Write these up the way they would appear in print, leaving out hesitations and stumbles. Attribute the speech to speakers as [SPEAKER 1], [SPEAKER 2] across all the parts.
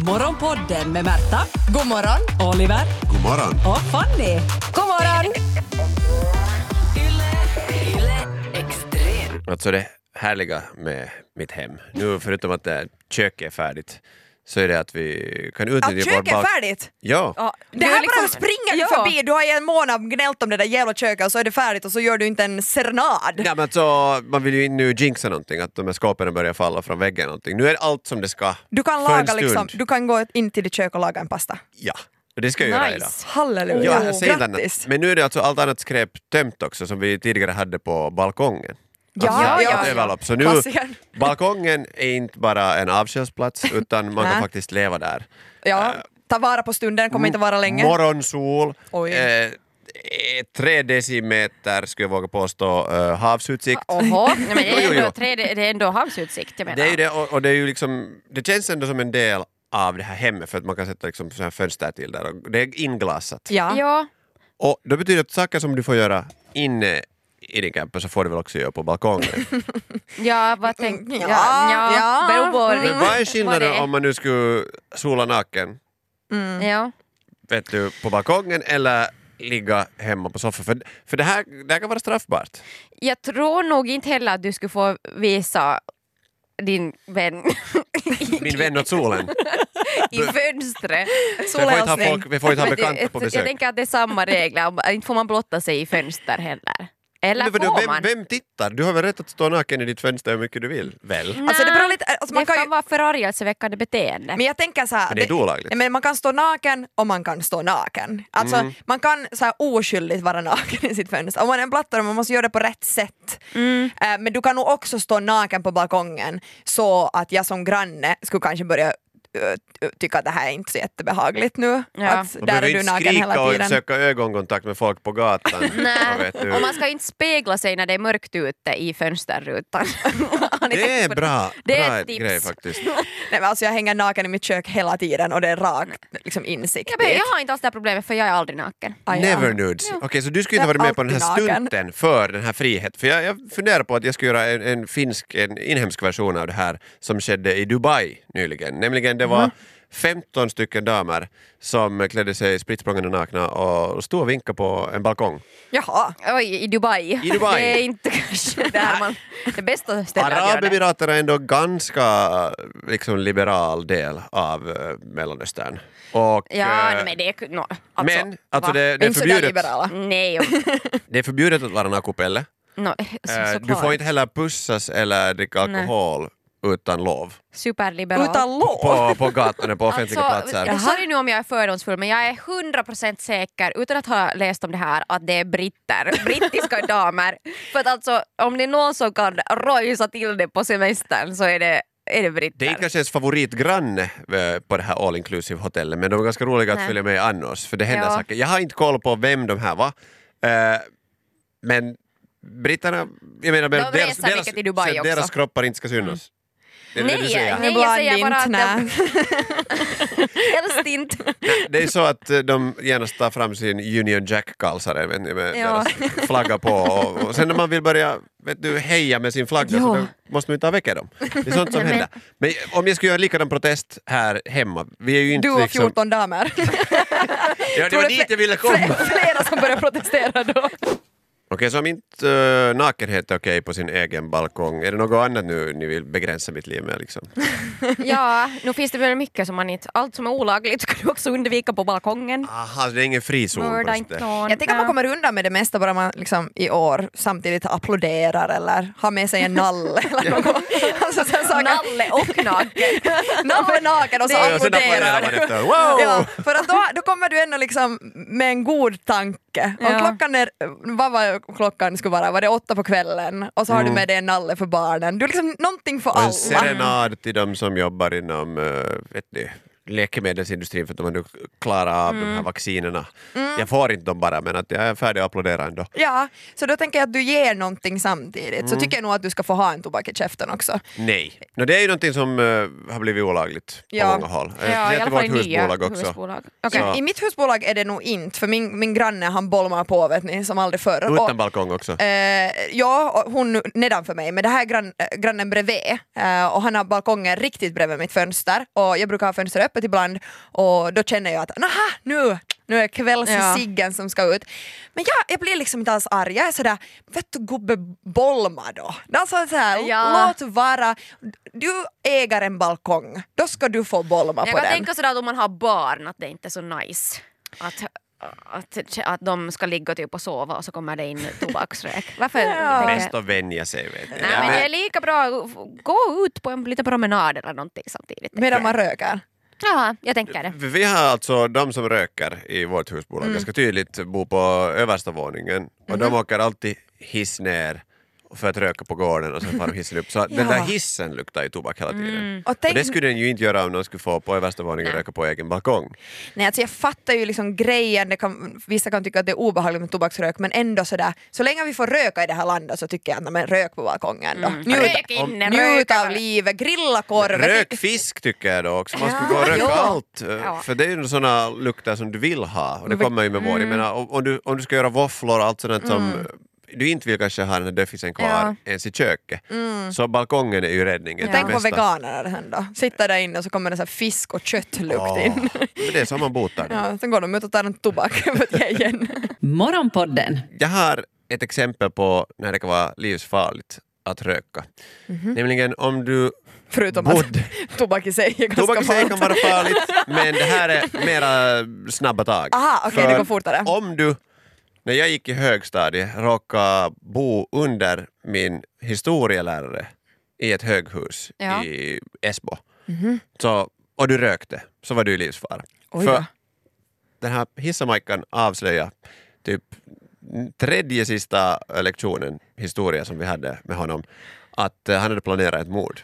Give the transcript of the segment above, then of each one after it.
[SPEAKER 1] Morgonpodden med Märta.
[SPEAKER 2] God morgon.
[SPEAKER 1] Oliver.
[SPEAKER 3] God morgon.
[SPEAKER 1] Och Fanny.
[SPEAKER 2] God morgon.
[SPEAKER 3] Alltså det härliga med mitt hem, nu förutom att köket är färdigt, så är det att vi kan utnyttja
[SPEAKER 2] Att köket är färdigt?
[SPEAKER 3] Ja.
[SPEAKER 2] Det här
[SPEAKER 4] liksom,
[SPEAKER 2] bara springer förbi. Du har ju en månad gnällt om det där jävla köket och så är det färdigt och så gör du inte en serenad.
[SPEAKER 3] Ja, men alltså, man vill ju nu jinxa någonting, att de här skåpen börjar falla från väggen någonting. Nu är allt som det ska.
[SPEAKER 2] Du kan
[SPEAKER 3] för en
[SPEAKER 2] laga
[SPEAKER 3] stund.
[SPEAKER 2] liksom, du kan gå in till ditt kök och laga en pasta.
[SPEAKER 3] Ja, och det ska jag göra idag.
[SPEAKER 2] Halleluja.
[SPEAKER 3] Ja, jag säger
[SPEAKER 2] Grattis.
[SPEAKER 3] men nu är det alltså allt annat skräp tömt också som vi tidigare hade på balkongen.
[SPEAKER 2] Ja.
[SPEAKER 3] Överlopp. Så nu,
[SPEAKER 2] Klassiker.
[SPEAKER 3] balkongen är inte bara en avskilsplats utan man kan faktiskt leva där.
[SPEAKER 2] Ja, ta vara på stunden, kommer inte vara länge.
[SPEAKER 3] Morgonsol,
[SPEAKER 2] Oj.
[SPEAKER 3] 3 decimeter skulle jag våga påstå, havsutsikt.
[SPEAKER 4] Oho, nej, men det är,
[SPEAKER 3] Jo.
[SPEAKER 4] ändå, det är ändå havsutsikt, jag menar.
[SPEAKER 3] Det är ju det, och det är ju liksom, det känns ändå som en del av det här hemmet för att man kan sätta liksom så här fönster till där och det är inglasat.
[SPEAKER 2] Ja.
[SPEAKER 4] Ja,
[SPEAKER 3] Och det betyder att saker som du får göra inne i din camper så får du väl också göra på balkongen.
[SPEAKER 4] ja, vad tänker
[SPEAKER 2] Ja.
[SPEAKER 4] beror på
[SPEAKER 3] Men
[SPEAKER 4] riktigt
[SPEAKER 3] vad är skillnaden
[SPEAKER 4] vad det är.
[SPEAKER 3] om man nu skulle sola naken,
[SPEAKER 4] Ja.
[SPEAKER 3] vet du, på balkongen eller ligga hemma på soffan? För det här kan vara straffbart.
[SPEAKER 4] Jag tror nog inte heller att du skulle få visa din vän
[SPEAKER 3] Min vän åt solen.
[SPEAKER 4] i fönstret.
[SPEAKER 3] Vi får inte ha
[SPEAKER 4] Men
[SPEAKER 3] bekanta på
[SPEAKER 4] jag
[SPEAKER 3] besök.
[SPEAKER 4] tänker att det är samma regler, inte får man blotta sig i fönster heller. Eller
[SPEAKER 3] Men
[SPEAKER 4] får man?
[SPEAKER 3] vem tittar? Du har väl rätt att stå naken i ditt fönster hur mycket du vill, väl?
[SPEAKER 2] Alltså det beror lite, alltså man
[SPEAKER 4] det
[SPEAKER 2] kan
[SPEAKER 4] kan
[SPEAKER 2] ju,
[SPEAKER 4] vara förargelseväckande beteende.
[SPEAKER 2] men jag tänker så här,
[SPEAKER 3] Men det är inte olagligt.
[SPEAKER 2] men man kan stå naken och man kan stå naken. Alltså man kan så här oskyldigt vara naken i sitt fönster. Om man är en plattare, man måste göra det på rätt sätt. Men du kan nog också stå naken på balkongen så att jag som granne skulle kanske börja tycka att det här är inte så jättebehagligt nu.
[SPEAKER 4] Ja.
[SPEAKER 2] Att
[SPEAKER 3] Man
[SPEAKER 2] där
[SPEAKER 3] behöver
[SPEAKER 2] är du
[SPEAKER 3] inte
[SPEAKER 2] naken hela
[SPEAKER 3] skrika och
[SPEAKER 2] tiden.
[SPEAKER 3] söka ögonkontakt med folk på gatan.
[SPEAKER 4] Nej,
[SPEAKER 3] vet du.
[SPEAKER 4] och man ska inte spegla sig när det är mörkt ute i fönsterrutan. Har ni
[SPEAKER 3] Det
[SPEAKER 4] tänkt
[SPEAKER 3] är
[SPEAKER 4] på
[SPEAKER 3] bra,
[SPEAKER 4] Det är
[SPEAKER 3] bra
[SPEAKER 4] ett tips.
[SPEAKER 3] grej faktiskt.
[SPEAKER 2] Nej, men alltså jag hänger naken i mitt kök hela tiden och det är rakt liksom insikt
[SPEAKER 4] Jag
[SPEAKER 2] dit.
[SPEAKER 4] har inte alls det här problemet för jag är aldrig naken.
[SPEAKER 2] Ah, ja.
[SPEAKER 3] Never nudes. Okej, så du skulle inte
[SPEAKER 2] Jag är
[SPEAKER 3] vara med på den här
[SPEAKER 2] alltid naken.
[SPEAKER 3] stunten för den här friheten. För jag funderar på att jag ska göra en inhemsk version av det här som skedde i Dubai nyligen. Nämligen det var 15 stycken damer som klädde sig spritt språngande nakna och stod och vinkade på en balkong.
[SPEAKER 2] Jaha.
[SPEAKER 4] Oj, i Dubai.
[SPEAKER 3] I Dubai.
[SPEAKER 4] Det är inte kanske det bästa stället att göra det.
[SPEAKER 3] Arabemiraten är ändå ganska liksom, liberal del av Mellanöstern. Och,
[SPEAKER 4] Ja, men det är... alltså,
[SPEAKER 3] men alltså
[SPEAKER 4] va?
[SPEAKER 3] det är
[SPEAKER 2] Inte så där
[SPEAKER 3] förbjudet.
[SPEAKER 2] liberala.
[SPEAKER 4] Nej,
[SPEAKER 3] Det är förbjudet att vara nakupelle. Du får inte heller pussas eller dricka alkohol utan lov.
[SPEAKER 4] superliberal.
[SPEAKER 2] Utan lov.
[SPEAKER 3] På gatorna, på offentliga platser.
[SPEAKER 4] Sorry nu om jag är fördomsfull, men jag är 100% säker, utan att ha läst om det här, att det är brittiska damer. För att alltså, om det är någon som kan rojsa till det på semestern så är det britter.
[SPEAKER 3] Det är inte kanske ens favoritgranne på det här all inclusive hotellet, men de är ganska roliga att följa med annars, för det händer
[SPEAKER 4] Ja.
[SPEAKER 3] saker. Jag har inte koll på vem de här var, men britterna, jag menar,
[SPEAKER 4] De reser mycket till Dubai
[SPEAKER 3] så att deras
[SPEAKER 4] också.
[SPEAKER 3] kroppar inte ska synas. Det är det du
[SPEAKER 4] Nej,
[SPEAKER 3] säger.
[SPEAKER 4] nej, jag
[SPEAKER 2] Ibland
[SPEAKER 4] säger bara
[SPEAKER 2] inte,
[SPEAKER 4] att helst inte.
[SPEAKER 3] Det är så att de genast tar fram sin Union Jack-kalsare med
[SPEAKER 4] Ja.
[SPEAKER 3] deras flagga på och sen när man vill börja heja med sin flagga så då måste man ju ta väcka dem. Det är sånt som händer. Men om jag skulle göra en likadan protest här hemma, vi är ju inte
[SPEAKER 2] Du och
[SPEAKER 3] liksom...
[SPEAKER 2] 14 damer.
[SPEAKER 3] Ja, det var dit jag ville komma.
[SPEAKER 2] Flera som börjar protestera då.
[SPEAKER 3] Okej, så om inte nakenhet är okej på sin egen balkong, är det något annat nu ni vill begränsa mitt liv med liksom?
[SPEAKER 4] Ja, nu finns det väl mycket som man inte... Allt som är olagligt ska du också undvika på balkongen.
[SPEAKER 3] Aha, det är ingen frizon på
[SPEAKER 4] Mörda
[SPEAKER 3] det
[SPEAKER 4] inte
[SPEAKER 3] sättet.
[SPEAKER 4] någon.
[SPEAKER 2] Jag tänker att man kommer undan med det mesta bara man liksom i år samtidigt applåderar eller har med sig en nalle eller något. Alltså, sen saker.
[SPEAKER 4] Nalle och naken.
[SPEAKER 2] Nalle naken och så
[SPEAKER 3] Ja, sen applåderar man
[SPEAKER 2] applåderar.
[SPEAKER 3] efter. Wow!
[SPEAKER 2] Ja, för att då kommer du ändå liksom med en god tanke. Om
[SPEAKER 4] Ja.
[SPEAKER 2] klockan är, vad var klockan skulle vara? Var det 8 på kvällen? Och så har du med dig en nalle för barnen. Du är liksom någonting för
[SPEAKER 3] Och en
[SPEAKER 2] alla.
[SPEAKER 3] serenad till de som jobbar inom vet ni, läkemedelsindustrin för att de nu klarar av de här vaccinerna. Jag får inte dem bara, men att jag är färdig att applådera ändå.
[SPEAKER 2] Ja, så då tänker jag att du ger någonting samtidigt. Så tycker jag nog att du ska få ha en tobak i käften också.
[SPEAKER 3] Nej. Det är ju någonting som har blivit olagligt på
[SPEAKER 2] Ja.
[SPEAKER 3] många håll.
[SPEAKER 4] Ja, i
[SPEAKER 3] Det
[SPEAKER 4] alla
[SPEAKER 3] är
[SPEAKER 4] fall i
[SPEAKER 3] vårt
[SPEAKER 4] nya
[SPEAKER 3] husbolag också.
[SPEAKER 4] husbolag. Okej.
[SPEAKER 3] Så-
[SPEAKER 2] I mitt husbolag är det nog inte, för min granne han bolmar på vet ni, som aldrig förr.
[SPEAKER 3] Utan balkong också.
[SPEAKER 2] Ja, och hon nedanför mig, men det här är grannen bredvid och han har balkongen riktigt bredvid mitt fönster och jag brukar ha fönster öppet ibland och då känner jag att nu är kvällssiggen som ska ut. Men jag blir liksom inte alls arg. Jag är sådär, vet du gubbe, bolma då. Alltså såhär, låt vara. Du äger en balkong, då ska du få bolma på den.
[SPEAKER 4] Jag kan tänka sådär att om man har barn att det inte är så nice att de ska ligga typ och sova och så kommer det in tobaksrök. Varför?
[SPEAKER 3] Bäst att vänja sig, vet du.
[SPEAKER 4] Nej, men det är lika bra gå ut på en liten promenad eller någonting samtidigt.
[SPEAKER 2] Medan man röker.
[SPEAKER 4] Ja, jag tänker det.
[SPEAKER 3] Vi har alltså de som röker i vårt husbolag ganska tydligt bor på översta våningen och de åker alltid hiss ner för att röka på gården och sen får de hissen upp. Så den där hissen luktar i tobak hela tiden. Och det skulle den ju inte göra om någon skulle få på översta våningen röka på egen balkong.
[SPEAKER 2] Nej, alltså jag fattar ju liksom grejen. Vissa kan tycka att det är obehagligt med tobaksrök, men ändå sådär, så länge vi får röka i det här landet så tycker jag att rök på balkongen då. Njut av livet, grilla korv.
[SPEAKER 3] Rök fisk tycker jag då också. Man skulle gå och röka allt. För det är ju sådana lukter som du vill ha och det kommer ju med vår. Jag menar, om du ska göra våfflor och allt sådant som du inte vill kanske ha den här döffisen kvar ens i köket. Så balkongen är ju räddningen.
[SPEAKER 2] Tänk på veganerna sen då. Sitta där inne och så kommer det så här fisk och köttlukt in.
[SPEAKER 3] Men det är så man botar.
[SPEAKER 2] Ja, sen går de ut och tar en tobak för att ge igen.
[SPEAKER 1] Morgonpodden.
[SPEAKER 3] Jag har ett exempel på när det kan vara livsfarligt att röka. Nämligen om du
[SPEAKER 2] förutom att tobak i sig är ganska
[SPEAKER 3] tobak i sig kan vara farligt, men det här är mera snabba tag.
[SPEAKER 2] Aha, okej, det går fortare.
[SPEAKER 3] Om du, när jag gick i högstadiet, råkade bo under min historielärare i ett höghus i Esbo. Så, och du rökte, så var du i livsfara. För den här hissamajkan avslöjade typ tredje sista lektionen, historia som vi hade med honom, att han hade planerat ett mord.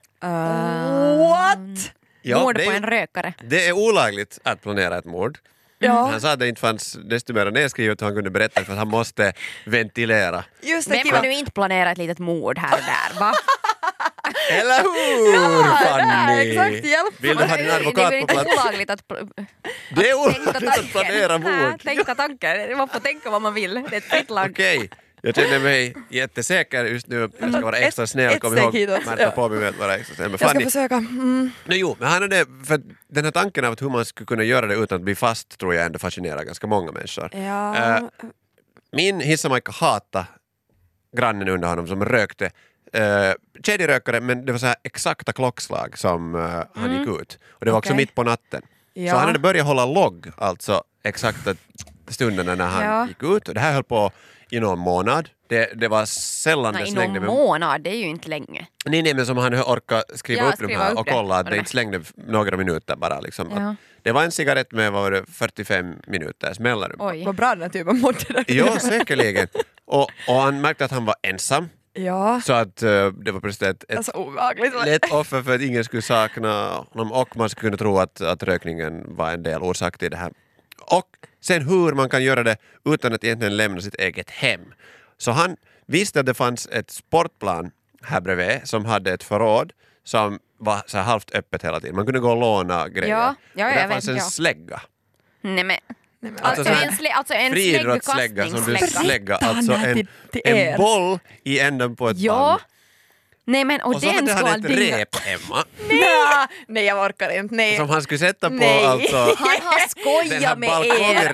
[SPEAKER 2] What?
[SPEAKER 3] Ja,
[SPEAKER 4] mord på en rökare.
[SPEAKER 3] Det är olagligt att planera ett mord. Han sa att det inte fanns desto mer nedskrivet och han kunde berätta för att han måste ventilera.
[SPEAKER 2] Just det,
[SPEAKER 4] vem har nu inte planerat ett litet mord här och där, va?
[SPEAKER 3] Eller hur, Fanny?
[SPEAKER 2] Exakt, hjälp.
[SPEAKER 3] Vill du ha din advokat på plats?
[SPEAKER 4] Det är olagligt att
[SPEAKER 3] det är olagligt att planera mord.
[SPEAKER 4] Tänka tankar, man får tänka vad man vill. Det är ett fritt land.
[SPEAKER 3] Okej. Jag känner mig jättesäker just nu. Jag ska vara extra snäll. Kom ihåg, Märta på mig med att vara extra snäll.
[SPEAKER 2] Jag ska försöka.
[SPEAKER 3] Men han hade, för den här tanken av att hur man skulle kunna göra det utan att bli fast tror jag ändå fascinerar ganska många människor.
[SPEAKER 2] Ja.
[SPEAKER 3] Min hissamajka hatade grannen under honom som rökte kedjerökare, men det var så här exakta klockslag som han gick ut. Och det var också mitt på natten. Så han hade börjat hålla logg, alltså exakta stunderna när han gick ut. Och det här höll på i någon månad. Det var sällan det slängde.
[SPEAKER 4] I någon månad, det är ju inte länge.
[SPEAKER 3] Nej, men som han orkade skriva upp de här och kolla att det inte slängde några minuter bara. Liksom. Det var en cigarett med 45 minuters mellanrum.
[SPEAKER 2] Oj. Vad bra den här typen mådde där.
[SPEAKER 3] Ja, säkerligen. Och han märkte att han var ensam.
[SPEAKER 2] Ja.
[SPEAKER 3] Så att det var precis ett lätt offer för att ingen skulle sakna honom och man skulle kunna tro att rökningen var en del orsak till det här. Och sen hur man kan göra det utan att egentligen lämna sitt eget hem. Så han visste att det fanns ett sportplan här bredvid som hade ett förråd som var så här halvt öppet hela tiden. Man kunde gå och låna grejer. Där fanns en slägga.
[SPEAKER 4] Nej, men.
[SPEAKER 3] Alltså en friidrottsslägga som du slägga. Alltså en boll i änden på ett band.
[SPEAKER 4] Nej, men och
[SPEAKER 3] så hade han ett rep hemma.
[SPEAKER 2] Nej, jag orkar inte. Nej.
[SPEAKER 3] Som han skulle sätta på alltså.
[SPEAKER 4] Han har skojat med er.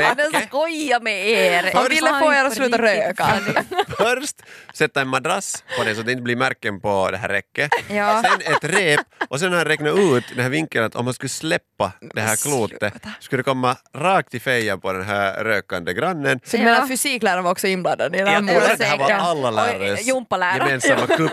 [SPEAKER 2] Han ville få er att sluta röka.
[SPEAKER 3] Först sätta en madrass på det så att det inte blir märken på det här räcket. Sen ett rep och sen har han räknat ut den här vinkeln att om man skulle släppa det här klotet skulle det komma rakt i fejan på den här rökande grannen.
[SPEAKER 2] Så menar fysikläraren var också inblandad i det här
[SPEAKER 3] mordet? Det här var alla lärares gemensamma kupp.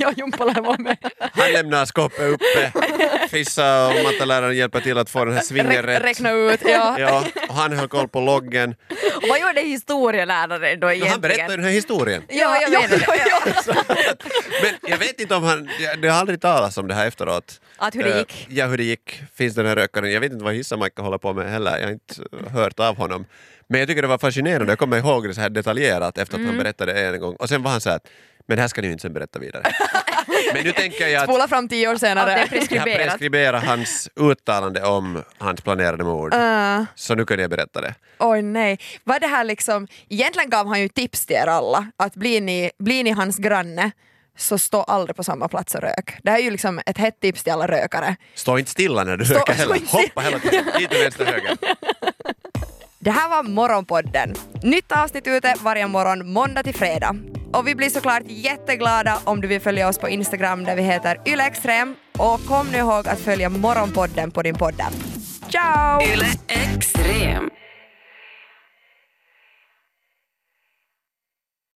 [SPEAKER 3] Han lämnar skåpet uppe. Fissa och matteläraren hjälper till att få den här svingen rätt.
[SPEAKER 2] Räkna ut,
[SPEAKER 3] och han höll koll på loggen.
[SPEAKER 4] Och vad gjorde historieläraren då egentligen?
[SPEAKER 3] Han berättade den här historien.
[SPEAKER 4] Ja, jag vet det.
[SPEAKER 3] Men jag vet inte om det har aldrig talats om det här efteråt.
[SPEAKER 4] Att hur det gick?
[SPEAKER 3] Ja, hur det gick. Finns den här rökaren. Jag vet inte vad Hissamajka håller på med heller. Jag har inte hört av honom. Men jag tycker det var fascinerande. Jag kommer ihåg det så här detaljerat efter att han berättade det en gång. Och sen var han så här, men det här ska ni ju inte sen berätta vidare. Men nu tänker jag att
[SPEAKER 2] spola fram 10 år senare.
[SPEAKER 3] Jag preskriberar hans uttalande om hans planerade mord. Så nu kan jag berätta det.
[SPEAKER 2] Oj nej. Var det här liksom, egentligen gav han ju tips till er alla att blir ni hans granne så stå aldrig på samma plats och rök. Det här är ju liksom ett hett tips till alla rökare.
[SPEAKER 3] Stå inte stilla när du röker heller. Hoppa hela tiden. Lite vänster, höger.
[SPEAKER 2] Det här var Morgonpodden. Nytt avsnitt ute varje morgon måndag till fredag. Och vi blir såklart jätteglada om du vill följa oss på Instagram där vi heter YleExtrem. Och kom nu ihåg att följa Morgonpodden på din podd. Ciao!